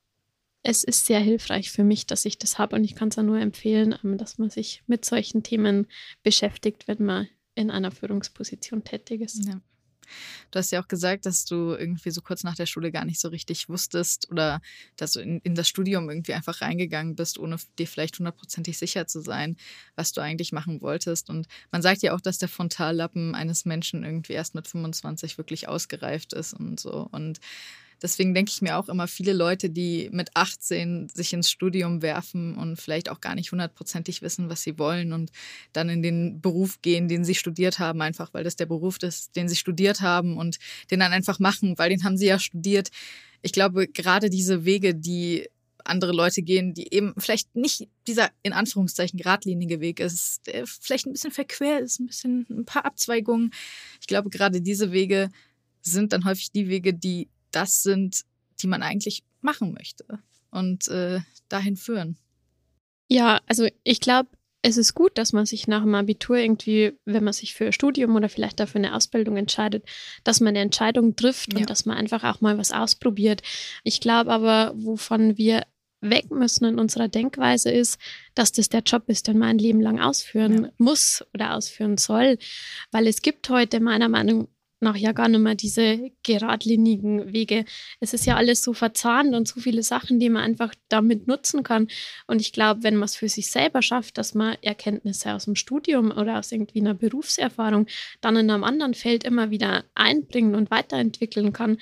es ist sehr hilfreich für mich, dass ich das habe. Und ich kann es auch nur empfehlen, ähm, dass man sich mit solchen Themen beschäftigt, wenn man in einer Führungsposition tätig ist. Ja. Du hast ja auch gesagt, dass du irgendwie so kurz nach der Schule gar nicht so richtig wusstest oder dass du in, in das Studium irgendwie einfach reingegangen bist, ohne dir vielleicht hundertprozentig sicher zu sein, was du eigentlich machen wolltest. Und man sagt ja auch, dass der Frontallappen eines Menschen irgendwie erst mit fünfundzwanzig wirklich ausgereift ist und so. Und deswegen denke ich mir auch immer, viele Leute, die mit achtzehn sich ins Studium werfen und vielleicht auch gar nicht hundertprozentig wissen, was sie wollen und dann in den Beruf gehen, den sie studiert haben, einfach weil das der Beruf ist, den sie studiert haben und den dann einfach machen, weil den haben sie ja studiert. Ich glaube, gerade diese Wege, die andere Leute gehen, die eben vielleicht nicht dieser in Anführungszeichen geradlinige Weg ist, der vielleicht ein bisschen verquer ist, ein bisschen ein paar Abzweigungen. Ich glaube, gerade diese Wege sind dann häufig die Wege, die das sind, die man eigentlich machen möchte und äh, dahin führen. Ja, also ich glaube, es ist gut, dass man sich nach dem Abitur irgendwie, wenn man sich für ein Studium oder vielleicht dafür eine Ausbildung entscheidet, dass man eine Entscheidung trifft Ja. und dass man einfach auch mal was ausprobiert. Ich glaube aber, wovon wir weg müssen in unserer Denkweise ist, dass das der Job ist, den man ein Leben lang ausführen Ja. muss oder ausführen soll. Weil es gibt heute meiner Meinung nach ja gar nicht mehr diese geradlinigen Wege. Es ist ja alles so verzahnt und so viele Sachen, die man einfach damit nutzen kann. Und ich glaube, wenn man es für sich selber schafft, dass man Erkenntnisse aus dem Studium oder aus irgendwie einer Berufserfahrung dann in einem anderen Feld immer wieder einbringen und weiterentwickeln kann,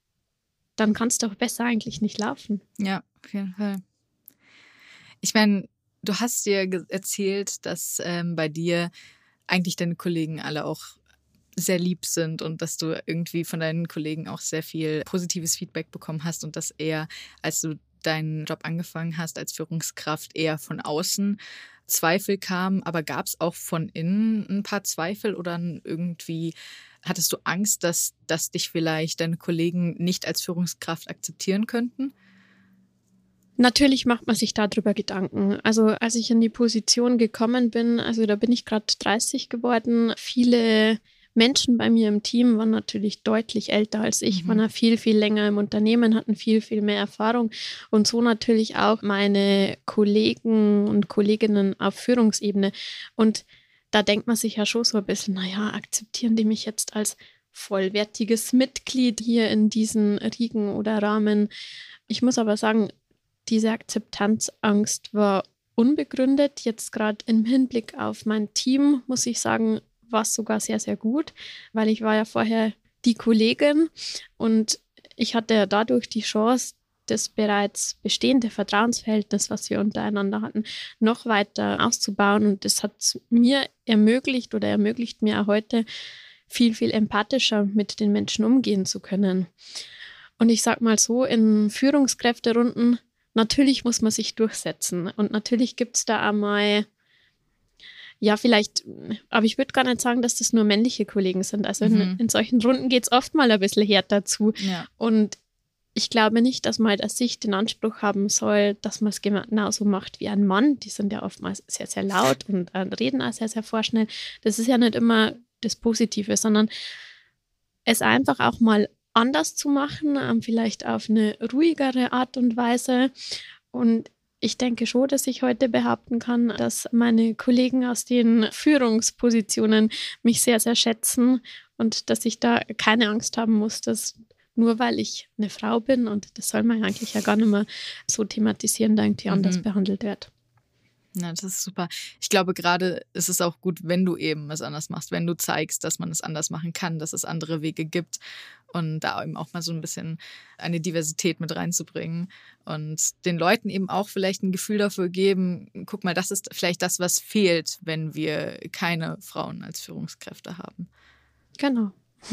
dann kann es doch besser eigentlich nicht laufen. Ja, auf jeden Fall. Ich meine, du hast dir ge- erzählt, dass ähm, bei dir eigentlich deine Kollegen alle auch sehr lieb sind und dass du irgendwie von deinen Kollegen auch sehr viel positives Feedback bekommen hast und dass eher, als du deinen Job angefangen hast als Führungskraft, eher von außen Zweifel kamen. Aber gab es auch von innen ein paar Zweifel oder irgendwie hattest du Angst, dass, dass dich vielleicht deine Kollegen nicht als Führungskraft akzeptieren könnten? Natürlich macht man sich darüber Gedanken. Also als ich in die Position gekommen bin, also da bin ich gerade dreißig geworden, viele Menschen bei mir im Team waren natürlich deutlich älter als ich, Mhm. waren ja viel, viel länger im Unternehmen, hatten viel, viel mehr Erfahrung und so natürlich auch meine Kollegen und Kolleginnen auf Führungsebene. Und da denkt man sich ja schon so ein bisschen, naja, akzeptieren die mich jetzt als vollwertiges Mitglied hier in diesen Riegen oder Rahmen? Ich muss aber sagen, diese Akzeptanzangst war unbegründet. Jetzt gerade im Hinblick auf mein Team, muss ich sagen, war es sogar sehr, sehr gut, weil ich war ja vorher die Kollegin und ich hatte ja dadurch die Chance, das bereits bestehende Vertrauensverhältnis, was wir untereinander hatten, noch weiter auszubauen. Und das hat mir ermöglicht oder ermöglicht mir auch heute, viel, viel empathischer mit den Menschen umgehen zu können. Und ich sag mal so, in Führungskräfterunden, natürlich muss man sich durchsetzen. Und natürlich gibt es da einmal, ja, vielleicht, aber ich würde gar nicht sagen, dass das nur männliche Kollegen sind. Also Mhm. in, in solchen Runden geht es oft mal ein bisschen härter zu. Ja. Und ich glaube nicht, dass man als Sicht den Anspruch haben soll, dass man es genauso macht wie ein Mann. Die sind ja oftmals sehr, sehr laut und äh, reden auch sehr, sehr vorschnell. Das ist ja nicht immer das Positive, sondern es einfach auch mal anders zu machen, ähm, vielleicht auf eine ruhigere Art und Weise. Und ich denke schon, dass ich heute behaupten kann, dass meine Kollegen aus den Führungspositionen mich sehr, sehr schätzen und dass ich da keine Angst haben muss, dass nur weil ich eine Frau bin, und das soll man eigentlich ja gar nicht mehr so thematisieren, da irgendwie Mhm. anders behandelt wird. Ja, das ist super. Ich glaube, gerade ist es auch gut, wenn du eben es anders machst, wenn du zeigst, dass man es anders machen kann, dass es andere Wege gibt und da eben auch mal so ein bisschen eine Diversität mit reinzubringen und den Leuten eben auch vielleicht ein Gefühl dafür geben, guck mal, das ist vielleicht das, was fehlt, wenn wir keine Frauen als Führungskräfte haben. Genau.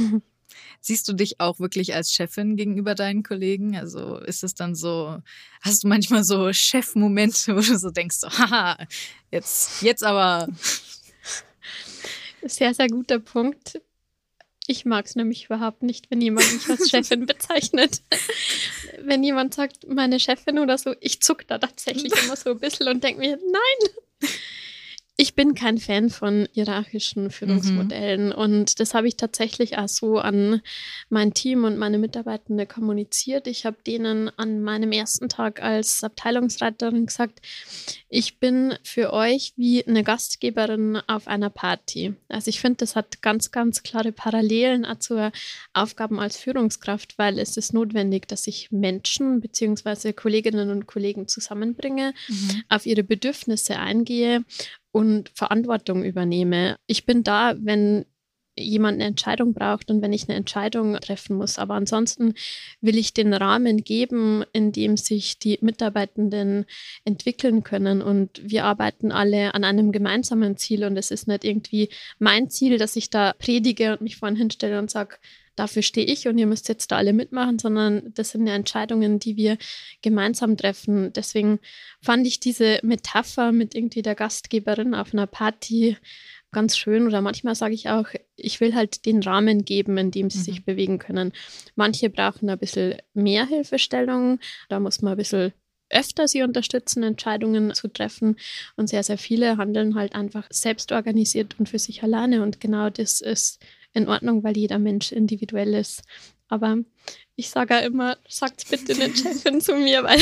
Siehst du dich auch wirklich als Chefin gegenüber deinen Kollegen? Also ist es dann so, hast du manchmal so Chefmomente, wo du so denkst, so, haha, jetzt, jetzt aber. Sehr, sehr guter Punkt. Ich mag es nämlich überhaupt nicht, wenn jemand mich als Chefin bezeichnet. Wenn jemand sagt, meine Chefin oder so, ich zuck da tatsächlich immer so ein bisschen und denke mir, nein. Ich bin kein Fan von hierarchischen Führungsmodellen, mhm. und das habe ich tatsächlich auch so an mein Team und meine Mitarbeitende kommuniziert. Ich habe denen an meinem ersten Tag als Abteilungsleiterin gesagt, ich bin für euch wie eine Gastgeberin auf einer Party. Also ich finde, das hat ganz, ganz klare Parallelen auch zu Aufgaben als Führungskraft, weil es ist notwendig, dass ich Menschen bzw. Kolleginnen und Kollegen zusammenbringe, mhm. auf ihre Bedürfnisse eingehe und Verantwortung übernehme. Ich bin da, wenn jemand eine Entscheidung braucht und wenn ich eine Entscheidung treffen muss. Aber ansonsten will ich den Rahmen geben, in dem sich die Mitarbeitenden entwickeln können. Und wir arbeiten alle an einem gemeinsamen Ziel. Und es ist nicht irgendwie mein Ziel, dass ich da predige und mich vorhin hinstelle und sage, dafür stehe ich und ihr müsst jetzt da alle mitmachen, sondern das sind ja Entscheidungen, die wir gemeinsam treffen. Deswegen fand ich diese Metapher mit irgendwie der Gastgeberin auf einer Party ganz schön. Oder manchmal sage ich auch, ich will halt den Rahmen geben, in dem sie mhm. sich bewegen können. Manche brauchen ein bisschen mehr Hilfestellung. Da muss man ein bisschen öfter sie unterstützen, Entscheidungen zu treffen. Und sehr, sehr viele handeln halt einfach selbst organisiert und für sich alleine. Und genau das ist in Ordnung, weil jeder Mensch individuell ist. Aber ich sage ja immer, sagt bitte eine Chefin zu mir, weil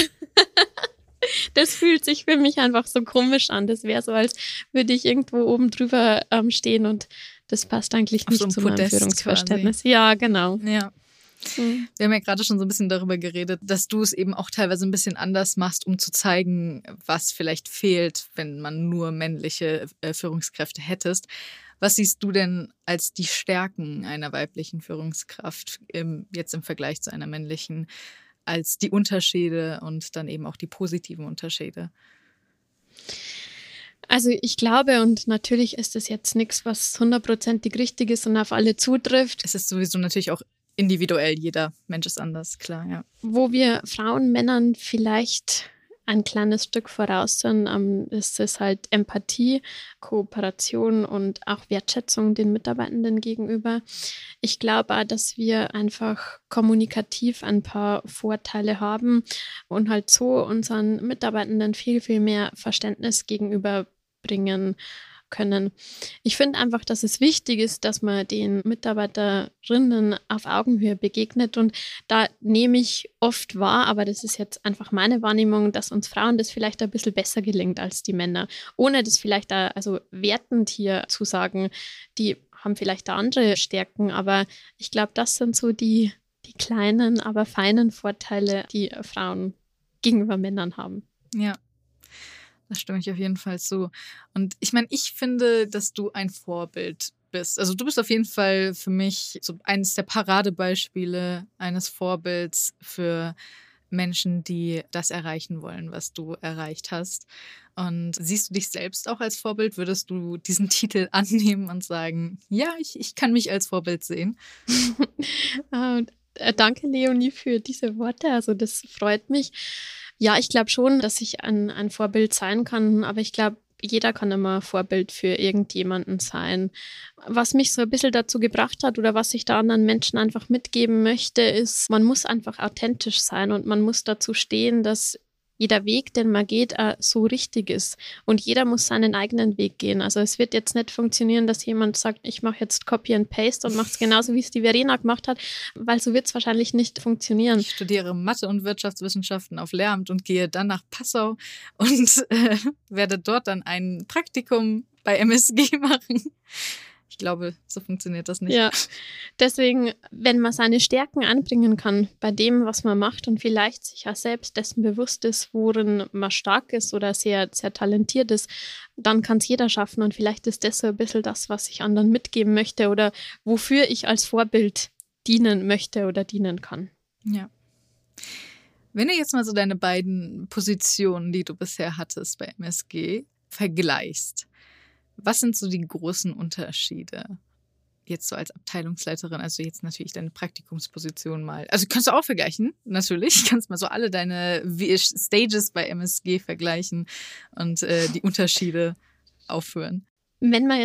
das fühlt sich für mich einfach so komisch an. Das wäre so, als würde ich irgendwo oben drüber ähm, stehen und das passt eigentlich nicht so zu meinem Führungsverständnis. Quasi. Ja, genau. Ja. Mhm. Wir haben ja gerade schon so ein bisschen darüber geredet, dass du es eben auch teilweise ein bisschen anders machst, um zu zeigen, was vielleicht fehlt, wenn man nur männliche äh, Führungskräfte hättest. Was siehst du denn als die Stärken einer weiblichen Führungskraft im, jetzt im Vergleich zu einer männlichen, als die Unterschiede und dann eben auch die positiven Unterschiede? Also ich glaube, und natürlich ist es jetzt nichts, was hundertprozentig richtig ist und auf alle zutrifft. Es ist sowieso natürlich auch individuell, jeder Mensch ist anders, klar, ja. Wo wir Frauen Männern vielleicht ein kleines Stück voraus sind, ähm, ist es halt Empathie, Kooperation und auch Wertschätzung den Mitarbeitenden gegenüber. Ich glaube auch, dass wir einfach kommunikativ ein paar Vorteile haben und halt so unseren Mitarbeitenden viel, viel mehr Verständnis gegenüberbringen können. Ich finde einfach, dass es wichtig ist, dass man den Mitarbeiterinnen auf Augenhöhe begegnet und da nehme ich oft wahr, aber das ist jetzt einfach meine Wahrnehmung, dass uns Frauen das vielleicht ein bisschen besser gelingt als die Männer. Ohne das vielleicht da, also wertend hier zu sagen, die haben vielleicht da andere Stärken, aber ich glaube, das sind so die, die kleinen, aber feinen Vorteile, die Frauen gegenüber Männern haben. Ja. Das stimme ich auf jeden Fall zu. Und ich meine, ich finde, dass du ein Vorbild bist. Also du bist auf jeden Fall für mich so eines der Paradebeispiele eines Vorbilds für Menschen, die das erreichen wollen, was du erreicht hast. Und siehst du dich selbst auch als Vorbild? Würdest du diesen Titel annehmen und sagen, ja, ich, ich kann mich als Vorbild sehen? uh, danke, Leonie, für diese Worte. Also das freut mich. Ja, ich glaube schon, dass ich ein, ein Vorbild sein kann, aber ich glaube, jeder kann immer Vorbild für irgendjemanden sein. Was mich so ein bisschen dazu gebracht hat oder was ich da anderen Menschen einfach mitgeben möchte, ist, man muss einfach authentisch sein und man muss dazu stehen, dass jeder Weg, den man geht, äh, so richtig ist. Und jeder muss seinen eigenen Weg gehen. Also es wird jetzt nicht funktionieren, dass jemand sagt, ich mache jetzt Copy and Paste und mache es genauso, wie es die Verena gemacht hat, weil so wird es wahrscheinlich nicht funktionieren. Ich studiere Mathe und Wirtschaftswissenschaften auf Lehramt und gehe dann nach Passau und äh, werde dort dann ein Praktikum bei M S G machen. Ich glaube, so funktioniert das nicht. Ja, deswegen, wenn man seine Stärken anbringen kann bei dem, was man macht und vielleicht sich auch selbst dessen bewusst ist, worin man stark ist oder sehr, sehr talentiert ist, dann kann es jeder schaffen und vielleicht ist das so ein bisschen das, was ich anderen mitgeben möchte oder wofür ich als Vorbild dienen möchte oder dienen kann. Ja. Wenn du jetzt mal so deine beiden Positionen, die du bisher hattest bei M S G, vergleichst, was sind so die großen Unterschiede jetzt so als Abteilungsleiterin? Also jetzt natürlich deine Praktikumsposition mal. Also kannst du auch vergleichen, natürlich. Kannst mal so alle deine Stages bei M S G vergleichen und äh, die Unterschiede aufführen. Wenn man jetzt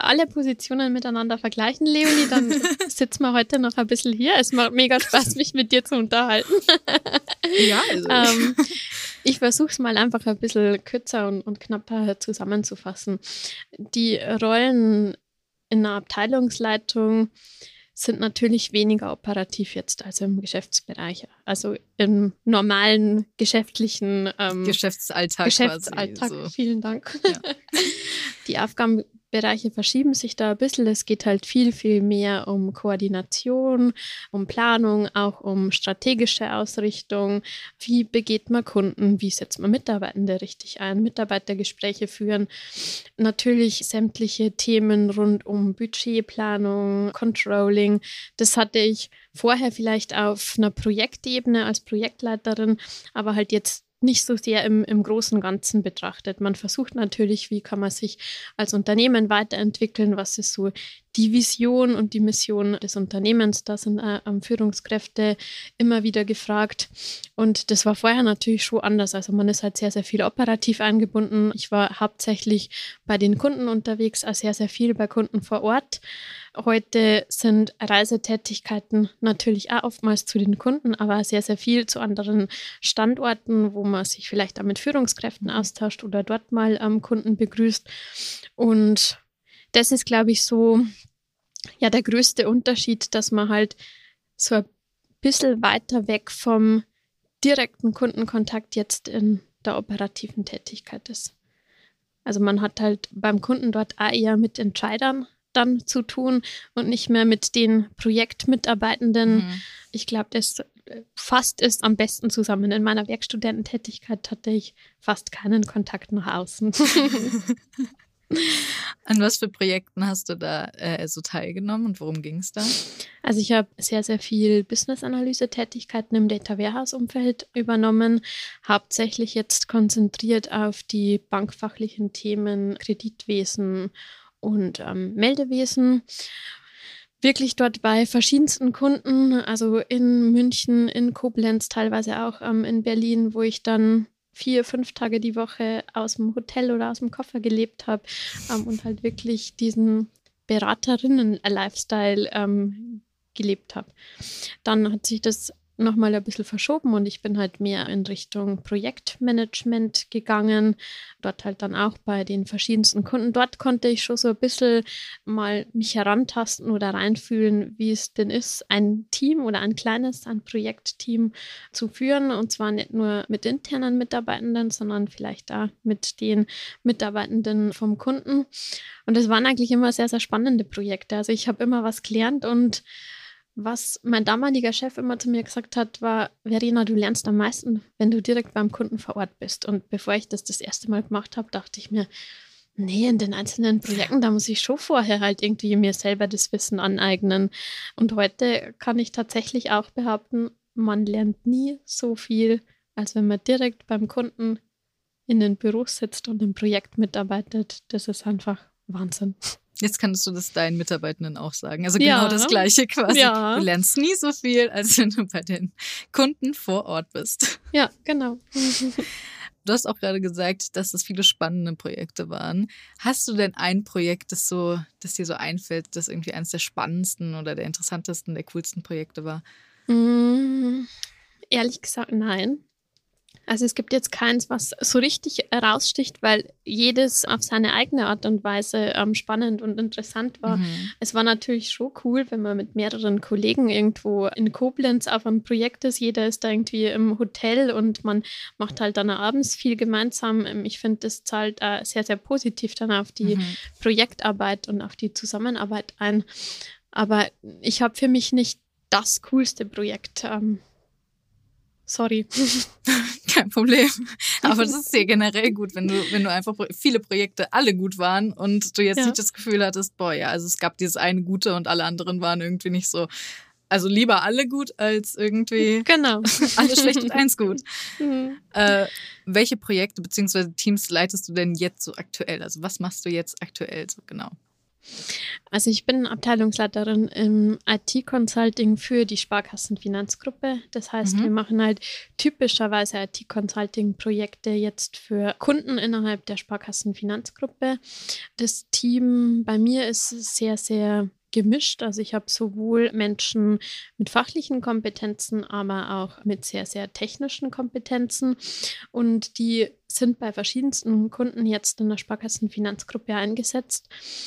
alle Positionen miteinander vergleichen, Leonie, dann sitzen wir heute noch ein bisschen hier. Es macht mega Spaß, mich mit dir zu unterhalten. Ja, also. ähm, ich versuche es mal einfach ein bisschen kürzer und, und knapper zusammenzufassen. Die Rollen in einer Abteilungsleitung sind natürlich weniger operativ jetzt als im Geschäftsbereich. Also im normalen geschäftlichen ähm, Geschäftsalltag. Geschäftsalltag, quasi, so. Vielen Dank. Ja. Die Aufgabenbereiche verschieben sich da ein bisschen. Es geht halt viel, viel mehr um Koordination, um Planung, auch um strategische Ausrichtung. Wie begeht man Kunden? Wie setzt man Mitarbeitende richtig ein? Mitarbeitergespräche führen. Natürlich sämtliche Themen rund um Budgetplanung, Controlling. Das hatte ich vorher vielleicht auf einer Projektebene als Projektleiterin, aber halt jetzt nicht so sehr im, im großen Ganzen betrachtet. Man versucht natürlich, wie kann man sich als Unternehmen weiterentwickeln, was ist so die Vision und die Mission des Unternehmens. Da sind äh, Führungskräfte immer wieder gefragt. Und das war vorher natürlich schon anders. Also man ist halt sehr, sehr viel operativ eingebunden. Ich war hauptsächlich bei den Kunden unterwegs, auch sehr, sehr viel bei Kunden vor Ort. Heute sind Reisetätigkeiten natürlich auch oftmals zu den Kunden, aber sehr, sehr viel zu anderen Standorten, wo man sich vielleicht auch mit Führungskräften austauscht oder dort mal ähm, Kunden begrüßt. Und das ist, glaube ich, so ja der größte Unterschied, dass man halt so ein bisschen weiter weg vom direkten Kundenkontakt jetzt in der operativen Tätigkeit ist. Also man hat halt beim Kunden dort auch eher mit Entscheidern dann zu tun und nicht mehr mit den Projektmitarbeitenden. Mhm. Ich glaube, das fasst es am besten zusammen. In meiner Werkstudententätigkeit hatte ich fast keinen Kontakt nach außen. An was für Projekten hast du da äh, so teilgenommen und worum ging es da? Also ich habe sehr, sehr viel Business-Analyse-Tätigkeiten im Data-Warehouse-Umfeld übernommen, hauptsächlich jetzt konzentriert auf die bankfachlichen Themen Kreditwesen und ähm, Meldewesen. Wirklich dort bei verschiedensten Kunden, also in München, in Koblenz, teilweise auch ähm, in Berlin, wo ich dann vier, fünf Tage die Woche aus dem Hotel oder aus dem Koffer gelebt habe ähm, und halt wirklich diesen Beraterinnen-Lifestyle ähm, gelebt habe. Dann hat sich das nochmal ein bisschen verschoben und ich bin halt mehr in Richtung Projektmanagement gegangen, dort halt dann auch bei den verschiedensten Kunden. Dort konnte ich schon so ein bisschen mal mich herantasten oder reinfühlen, wie es denn ist, ein Team oder ein kleines, ein Projektteam zu führen, und zwar nicht nur mit internen Mitarbeitenden, sondern vielleicht auch mit den Mitarbeitenden vom Kunden. Und das waren eigentlich immer sehr, sehr spannende Projekte. Also ich habe immer was gelernt, und was mein damaliger Chef immer zu mir gesagt hat, war: Verena, du lernst am meisten, wenn du direkt beim Kunden vor Ort bist. Und bevor ich das das erste Mal gemacht habe, dachte ich mir, nee, in den einzelnen Projekten, da muss ich schon vorher halt irgendwie mir selber das Wissen aneignen. Und heute kann ich tatsächlich auch behaupten, man lernt nie so viel, als wenn man direkt beim Kunden in den Büros sitzt und im Projekt mitarbeitet. Das ist einfach Wahnsinn. Jetzt kannst du das deinen Mitarbeitenden auch sagen. Also genau Ja. das Gleiche quasi. Ja. Du lernst nie so viel, als wenn du bei den Kunden vor Ort bist. Ja, genau. Du hast auch gerade gesagt, dass es viele spannende Projekte waren. Hast du denn ein Projekt, das so, das dir so einfällt, das irgendwie eines der spannendsten oder der interessantesten, der coolsten Projekte war? Mm, ehrlich gesagt, nein. Also es gibt jetzt keins, was so richtig raussticht, weil jedes auf seine eigene Art und Weise ähm, spannend und interessant war. Mhm. Es war natürlich schon cool, wenn man mit mehreren Kollegen irgendwo in Koblenz auf einem Projekt ist. Jeder ist da irgendwie im Hotel und man macht halt dann abends viel gemeinsam. Ich finde, das zahlt äh, sehr, sehr positiv dann auf die mhm. Projektarbeit und auf die Zusammenarbeit ein. Aber ich habe für mich nicht das coolste Projekt. Ähm, Sorry. Kein Problem. Aber das ist ja generell gut, wenn du, wenn du einfach viele Projekte alle gut waren und du jetzt ja. nicht das Gefühl hattest, boah, ja, also es gab dieses eine Gute und alle anderen waren irgendwie nicht so. Also lieber alle gut als irgendwie genau. alle schlecht und eins gut. Mhm. Äh, welche Projekte bzw. Teams leitest du denn jetzt so aktuell? Also was machst du jetzt aktuell so genau? Also ich bin Abteilungsleiterin im I T-Consulting für die Sparkassenfinanzgruppe. Das heißt, Mhm. wir machen halt typischerweise I T-Consulting-Projekte jetzt für Kunden innerhalb der Sparkassenfinanzgruppe. Das Team bei mir ist sehr, sehr gemischt. Also ich habe sowohl Menschen mit fachlichen Kompetenzen, aber auch mit sehr, sehr technischen Kompetenzen. Und die sind bei verschiedensten Kunden jetzt in der Sparkassenfinanzgruppe eingesetzt.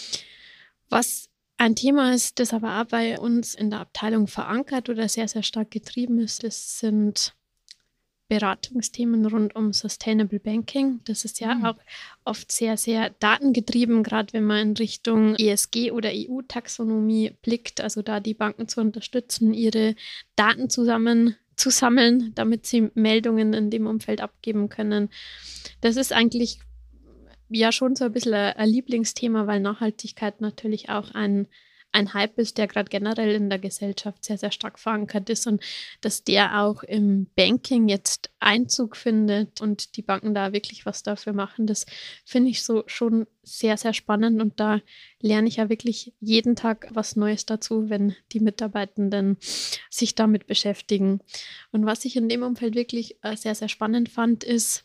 Was ein Thema ist, das aber auch bei uns in der Abteilung verankert oder sehr, sehr stark getrieben ist, das sind Beratungsthemen rund um Sustainable Banking. Das ist ja Mhm. auch oft sehr, sehr datengetrieben, gerade wenn man in Richtung E S G oder E U-Taxonomie blickt, also da die Banken zu unterstützen, ihre Daten zusammen zu sammeln, damit sie Meldungen in dem Umfeld abgeben können. Das ist eigentlich ja schon so ein bisschen ein, ein Lieblingsthema, weil Nachhaltigkeit natürlich auch ein, ein Hype ist, der gerade generell in der Gesellschaft sehr, sehr stark verankert ist und dass der auch im Banking jetzt Einzug findet und die Banken da wirklich was dafür machen, das finde ich so schon sehr, sehr spannend und da lerne ich ja wirklich jeden Tag was Neues dazu, wenn die Mitarbeitenden sich damit beschäftigen. Und was ich in dem Umfeld wirklich äh, sehr, sehr spannend fand, ist,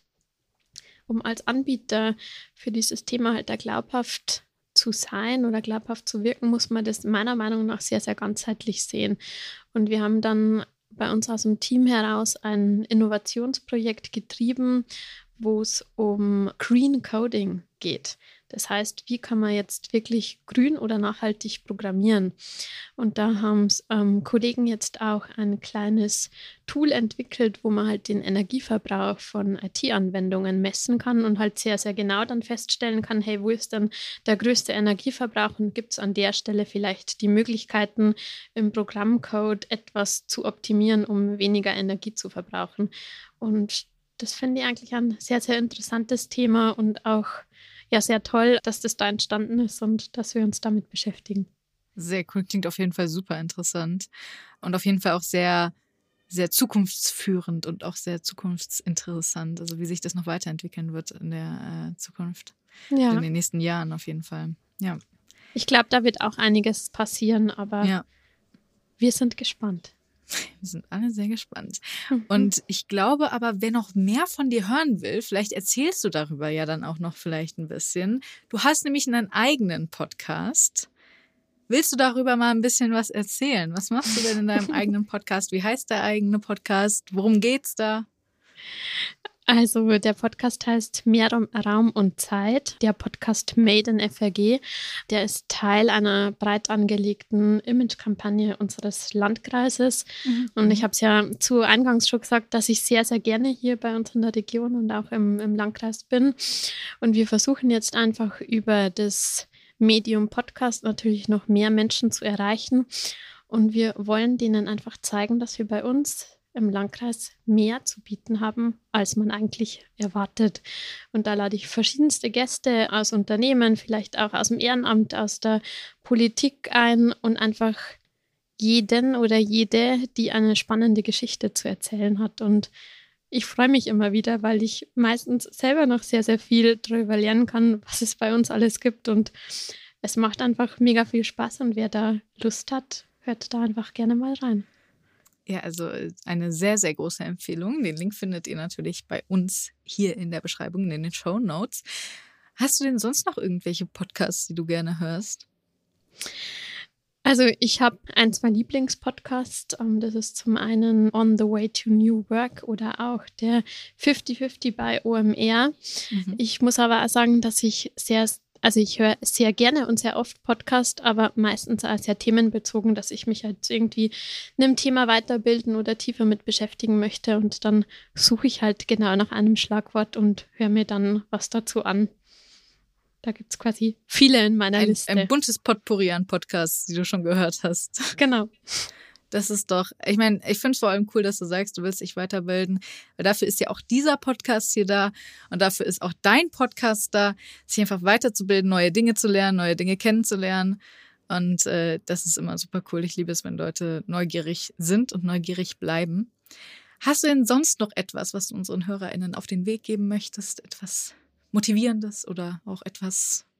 um als Anbieter für dieses Thema halt da glaubhaft zu sein oder glaubhaft zu wirken, muss man das meiner Meinung nach sehr, sehr ganzheitlich sehen. Und wir haben dann bei uns aus dem Team heraus ein Innovationsprojekt getrieben, wo es um Green Coding geht. Das heißt, wie kann man jetzt wirklich grün oder nachhaltig programmieren? Und da haben ähm, Kollegen jetzt auch ein kleines Tool entwickelt, wo man halt den Energieverbrauch von I T-Anwendungen messen kann und halt sehr, sehr genau dann feststellen kann, hey, wo ist denn der größte Energieverbrauch und gibt es an der Stelle vielleicht die Möglichkeiten, im Programmcode etwas zu optimieren, um weniger Energie zu verbrauchen. Und das finde ich eigentlich ein sehr, sehr interessantes Thema und auch ja sehr toll, dass das da entstanden ist und dass wir uns damit beschäftigen. Sehr cool, klingt auf jeden Fall super interessant und auf jeden Fall auch sehr, sehr zukunftsführend und auch sehr zukunftsinteressant, also wie sich das noch weiterentwickeln wird in der äh, Zukunft, Ja. in den nächsten Jahren auf jeden Fall. Ja. Ich glaube, da wird auch einiges passieren, aber Ja. wir sind gespannt. Wir sind alle sehr gespannt. Mhm. Und ich glaube aber, wer noch mehr von dir hören will, vielleicht erzählst du darüber ja dann auch noch vielleicht ein bisschen. Du hast nämlich einen eigenen Podcast. Willst du darüber mal ein bisschen was erzählen? Was machst du denn in deinem eigenen Podcast? Wie heißt der eigene Podcast? Worum geht's da? Also der Podcast heißt Mehr Raum und Zeit, der Podcast Made in F R G. Der ist Teil einer breit angelegten Imagekampagne unseres Landkreises. Mhm. Und ich habe es ja zu Eingangs schon gesagt, dass ich sehr, sehr gerne hier bei uns in der Region und auch im, im Landkreis bin. Und wir versuchen jetzt einfach über das Medium Podcast natürlich noch mehr Menschen zu erreichen. Und wir wollen denen einfach zeigen, dass wir bei uns im Landkreis mehr zu bieten haben, als man eigentlich erwartet. Und da lade ich verschiedenste Gäste aus Unternehmen, vielleicht auch aus dem Ehrenamt, aus der Politik ein und einfach jeden oder jede, die eine spannende Geschichte zu erzählen hat. Und ich freue mich immer wieder, weil ich meistens selber noch sehr, sehr viel darüber lernen kann, was es bei uns alles gibt. Und es macht einfach mega viel Spaß. Und wer da Lust hat, hört da einfach gerne mal rein. Ja, also eine sehr, sehr große Empfehlung. Den Link findet ihr natürlich bei uns hier in der Beschreibung, in den Shownotes. Hast du denn sonst noch irgendwelche Podcasts, die du gerne hörst? Also ich habe ein, zwei Lieblingspodcasts. Das ist zum einen On the Way to New Work oder auch der fünfzig fünfzig bei O M R. Mhm. Ich muss aber auch sagen, dass ich sehr Also ich höre sehr gerne und sehr oft Podcast, aber meistens auch sehr themenbezogen, dass ich mich halt irgendwie in einem Thema weiterbilden oder tiefer mit beschäftigen möchte. Und dann suche ich halt genau nach einem Schlagwort und höre mir dann was dazu an. Da gibt es quasi viele in meiner ein, Liste. Ein buntes Potpourri an Podcasts, die du schon gehört hast. Genau. Das ist doch, ich meine, ich finde es vor allem cool, dass du sagst, du willst dich weiterbilden, weil dafür ist ja auch dieser Podcast hier da und dafür ist auch dein Podcast da, sich einfach weiterzubilden, neue Dinge zu lernen, neue Dinge kennenzulernen und äh, das ist immer super cool. Ich liebe es, wenn Leute neugierig sind und neugierig bleiben. Hast du denn sonst noch etwas, was du unseren HörerInnen auf den Weg geben möchtest? Etwas Motivierendes oder auch etwas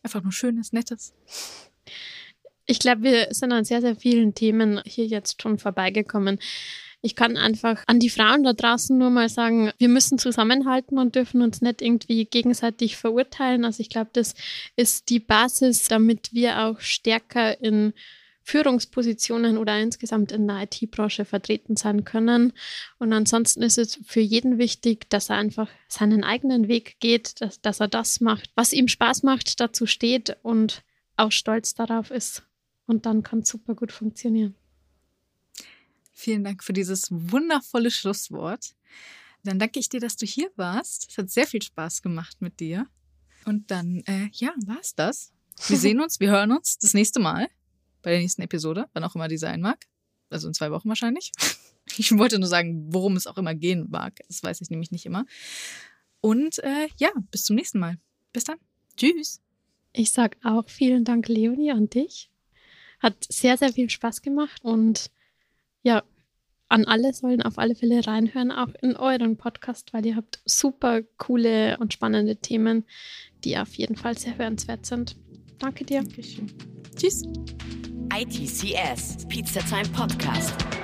Einfach nur Schönes, Nettes. Ich glaube, wir sind an sehr, sehr vielen Themen hier jetzt schon vorbeigekommen. Ich kann einfach an die Frauen da draußen nur mal sagen, wir müssen zusammenhalten und dürfen uns nicht irgendwie gegenseitig verurteilen. Also ich glaube, das ist die Basis, damit wir auch stärker in Führungspositionen oder insgesamt in der I T-Branche vertreten sein können. Und ansonsten ist es für jeden wichtig, dass er einfach seinen eigenen Weg geht, dass, dass er das macht, was ihm Spaß macht, dazu steht und auch stolz darauf ist. Und dann kann es super gut funktionieren. Vielen Dank für dieses wundervolle Schlusswort. Dann danke ich dir, dass du hier warst. Es hat sehr viel Spaß gemacht mit dir. Und dann, äh, ja, war's das. Wir sehen uns, wir hören uns das nächste Mal bei der nächsten Episode, wann auch immer die sein mag. Also in zwei Wochen wahrscheinlich. Ich wollte nur sagen, worum es auch immer gehen mag. Das weiß ich nämlich nicht immer. Und äh, ja, bis zum nächsten Mal. Bis dann. Tschüss. Ich sage auch vielen Dank, Leonie, an dich. Hat sehr, sehr viel Spaß gemacht und ja, an alle sollen auf alle Fälle reinhören, auch in euren Podcast, weil ihr habt super coole und spannende Themen, die auf jeden Fall sehr hörenswert sind. Danke dir. Dankeschön. Tschüss. I T C S, Pizza Time Podcast.